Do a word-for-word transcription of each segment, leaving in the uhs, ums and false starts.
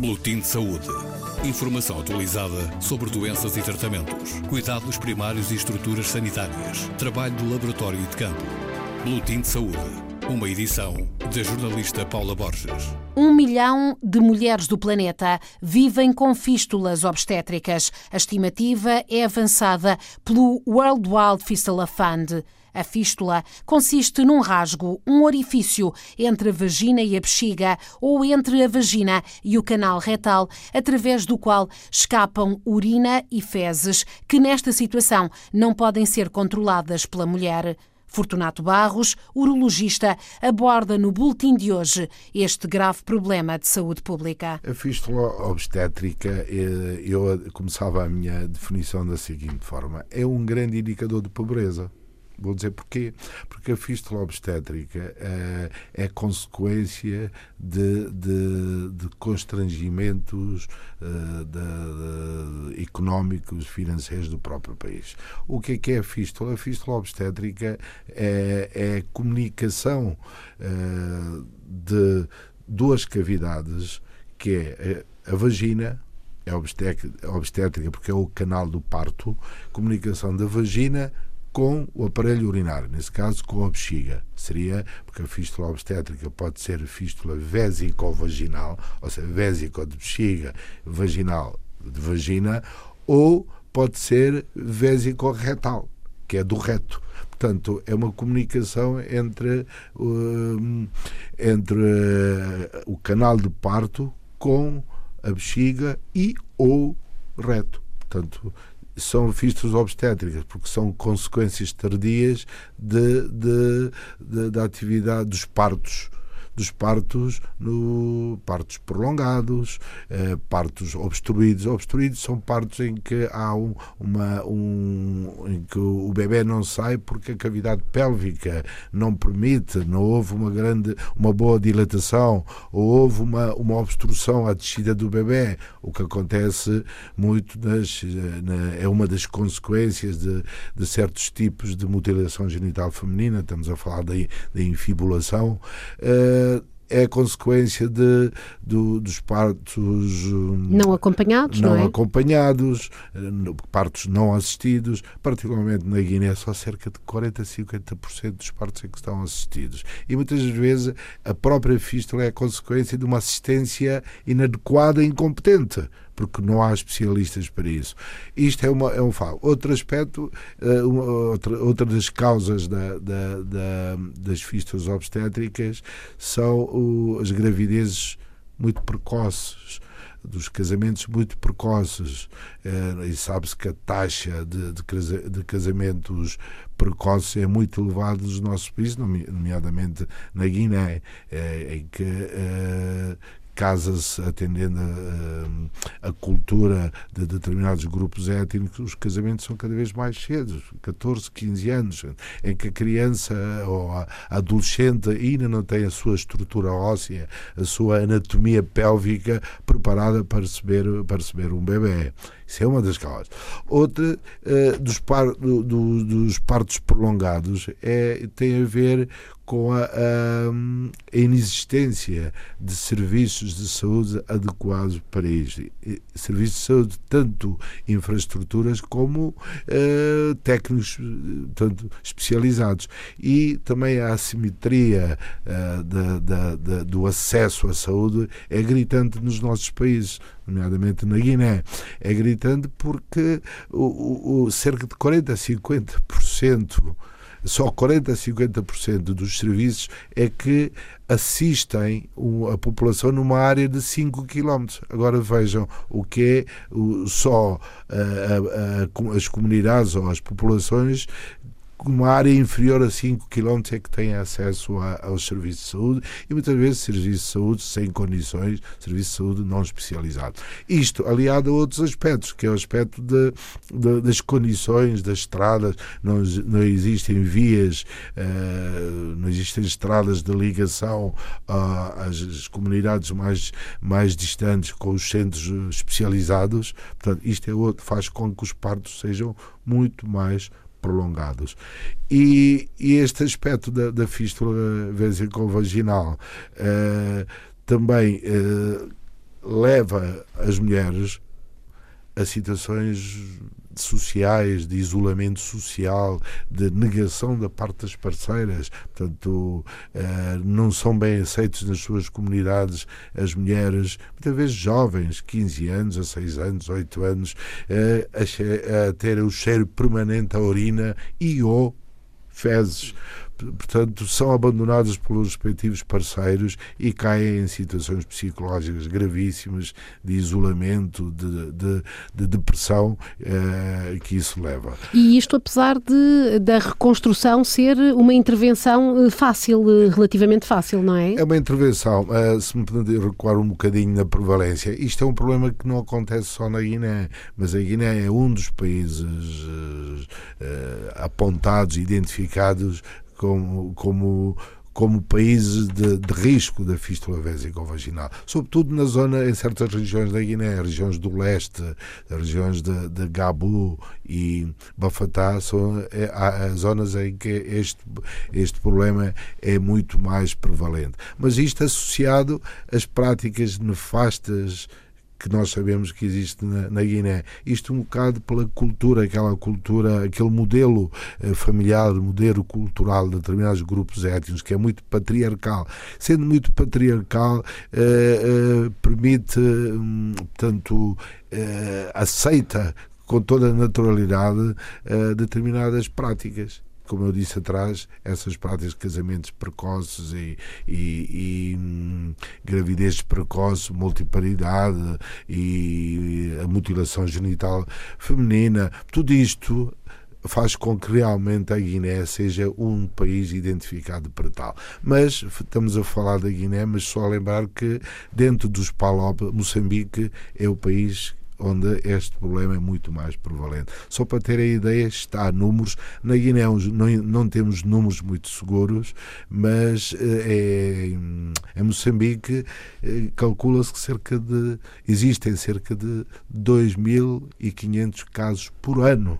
Boletim de Saúde. Informação atualizada sobre doenças e tratamentos, cuidados primários e estruturas sanitárias, trabalho do laboratório e de campo. Boletim de Saúde. Uma edição da jornalista Paula Borges. Um milhão de mulheres do planeta vivem com fístulas obstétricas. A estimativa é avançada pelo World Wide Fistula Fund. A fístula consiste num rasgo, um orifício entre a vagina e a bexiga ou entre a vagina e o canal retal, através do qual escapam urina e fezes, que nesta situação não podem ser controladas pela mulher. Fortunato Barros, urologista, aborda no boletim de hoje este grave problema de saúde pública. A fístula obstétrica, eu começava a minha definição da seguinte forma: é um grande indicador de pobreza. Vou dizer porquê. Porque a fístula obstétrica é, é consequência de, de, de constrangimentos uh, de, de, económicos, financeiros do próprio país. O que é que é a fístula? A fístula obstétrica é, é a comunicação uh, de duas cavidades, que é a, a vagina. É obstétrica porque é o canal do parto, comunicação da vagina com o aparelho urinário, nesse caso com a bexiga. Seria, porque a fístula obstétrica pode ser fístula vésico-vaginal, ou seja, vésico de bexiga, vaginal de vagina, ou pode ser vésico-retal, que é do reto. Portanto, é uma comunicação entre, uh, entre uh, o canal de parto com a bexiga e ou reto. Portanto, são fístulas obstétricas, porque são consequências tardias de, de, de, da atividade dos partos, dos partos, no, partos prolongados, eh, partos obstruídos. Obstruídos são partos em que há um, uma, um, em que o bebê não sai porque a cavidade pélvica não permite, não houve uma grande, uma boa dilatação, ou houve uma, uma obstrução à descida do bebê, o que acontece muito nas, na, é uma das consequências de, de certos tipos de mutilação genital feminina. Estamos a falar da, da infibulação. Uh, é consequência de, do, dos partos não acompanhados, não, não é? acompanhados, partos não assistidos, particularmente na Guiné, só cerca de quarenta a cinquenta por cento dos partos é que estão assistidos. E muitas vezes a própria fístula é consequência de uma assistência inadequada e incompetente, porque não há especialistas para isso. Isto é, uma, é um fato. Outro aspecto, uh, uma, outra, outra das causas da, da, da, das fístulas obstétricas são o, as gravidezes muito precoces, dos casamentos muito precoces. Uh, e sabe-se que a taxa de, de, casa, de casamentos precoces é muito elevada nos nossos países, nomeadamente na Guiné, uh, em que uh, casa-se atendendo a, a cultura de determinados grupos étnicos, os casamentos são cada vez mais cedo, catorze, quinze anos, em que a criança ou a adolescente ainda não tem a sua estrutura óssea, a sua anatomia pélvica preparada para receber, para receber um bebê. Isso é uma das causas. Outra, uh, dos, par, do, do, dos partos prolongados é, tem a ver com a, a, a inexistência de serviços de saúde adequados para isto. Serviços de saúde, tanto infraestruturas como uh, técnicos tanto especializados. E também a assimetria uh, da, da, da, do acesso à saúde é gritante nos nossos países, nomeadamente na Guiné. É gritante porque o, o, o cerca de quarenta a cinquenta por cento, só quarenta a cinquenta por cento dos serviços é que assistem a população numa área de cinco quilómetros. Agora vejam o que é o, só a, a, a, as comunidades ou as populações uma área inferior a cinco quilómetros é que têm acesso a, aos serviços de saúde, e muitas vezes serviços de saúde sem condições, serviços de saúde não especializados. Isto aliado a outros aspectos, que é o aspecto de, de, das condições das estradas. Não, não existem vias, uh, não existem estradas de ligação uh, às comunidades mais, mais distantes com os centros especializados. Portanto, isto é outro, faz com que os partos sejam muito mais prolongados. E, e este aspecto da, da fístula vesicovaginal uh, também uh, leva as mulheres a situações sociais, de isolamento social, de negação da parte das parceiras. Portanto, não são bem aceitos nas suas comunidades as mulheres, muitas vezes jovens, quinze anos, dezasseis anos, oito anos, a, a ter o cheiro permanente à urina e ou fezes. Portanto, são abandonados pelos respectivos parceiros e caem em situações psicológicas gravíssimas, de isolamento, de, de, de depressão, eh, que isso leva. E isto apesar de, da reconstrução ser uma intervenção fácil, relativamente fácil, não é? É uma intervenção, eh, se me puder recuar um bocadinho na prevalência, isto é um problema que não acontece só na Guiné, mas a Guiné é um dos países eh, apontados, identificados como, como, como países de, de risco da fístula vésico-vaginal, sobretudo na zona, em certas regiões da Guiné, regiões do leste, regiões de, de Gabu e Bafatá, são é, as zonas em que este, este problema é muito mais prevalente. Mas isto associado às práticas nefastas que nós sabemos que existe na, na Guiné. Isto um bocado pela cultura, aquela cultura, aquele modelo eh, familiar, modelo cultural de determinados grupos étnicos, que é muito patriarcal. Sendo muito patriarcal, eh, eh, permite, hum, portanto, eh, aceita com toda a naturalidade eh, determinadas práticas. Como eu disse atrás, essas práticas de casamentos precoces e, e, e hum, gravidez precoce, multiparidade e a mutilação genital feminina, tudo isto faz com que realmente a Guiné seja um país identificado para tal. Mas estamos a falar da Guiné, mas só a lembrar que dentro dos P A L O P, Moçambique é o país onde este problema é muito mais prevalente. Só para ter a ideia, está a números, na Guiné não, não temos números muito seguros, mas é, em Moçambique calcula-se que cerca de, existem cerca de dois mil e quinhentos casos por ano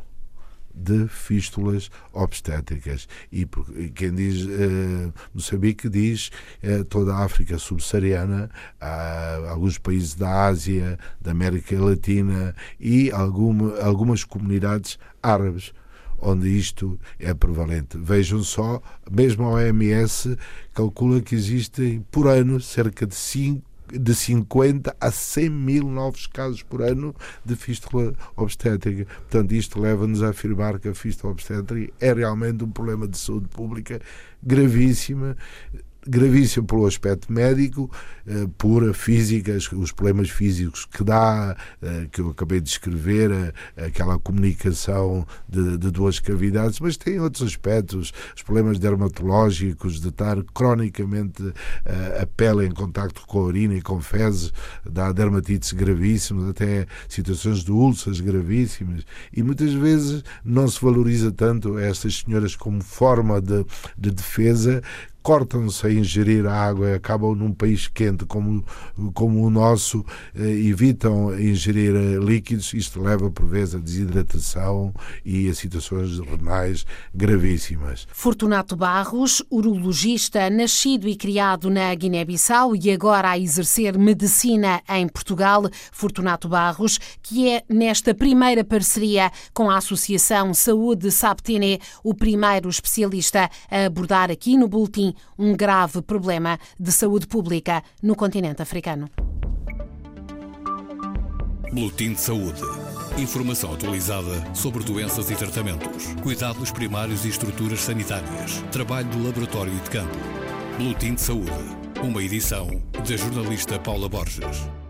de fístulas obstétricas. E quem diz eh, Moçambique diz eh, toda a África subsaariana, ah, alguns países da Ásia, da América Latina e alguma, algumas comunidades árabes, onde isto é prevalente. Vejam só, mesmo a O M S calcula que existem por ano cerca de cinco de cinquenta a cem mil novos casos por ano de fístula obstétrica. Portanto, isto leva-nos a afirmar que a fístula obstétrica é realmente um problema de saúde pública gravíssima, gravíssimo pelo aspecto médico, eh, por a física, os problemas físicos que dá, eh, que eu acabei de descrever, eh, aquela comunicação de, de duas cavidades, mas tem outros aspectos, os problemas dermatológicos, de estar cronicamente eh, a pele em contacto com a urina e com fezes, dá dermatites gravíssimas, até situações de úlceras gravíssimas, e muitas vezes não se valoriza tanto estas senhoras como forma de, de defesa, cortam-se a ingerir a água, acabam num país quente como, como o nosso, eh, evitam ingerir eh, líquidos, isto leva por vezes a desidratação e a situações renais gravíssimas. Fortunato Barros, urologista, nascido e criado na Guiné-Bissau e agora a exercer medicina em Portugal. Fortunato Barros, que é nesta primeira parceria com a Associação Saúde Sabtene, o primeiro especialista a abordar aqui no Boletim um grave problema de saúde pública no continente africano. Boletim de Saúde. Informação atualizada sobre doenças e tratamentos, cuidados primários e estruturas sanitárias, trabalho de laboratório e de campo. Boletim de Saúde. Uma edição da jornalista Paula Borges.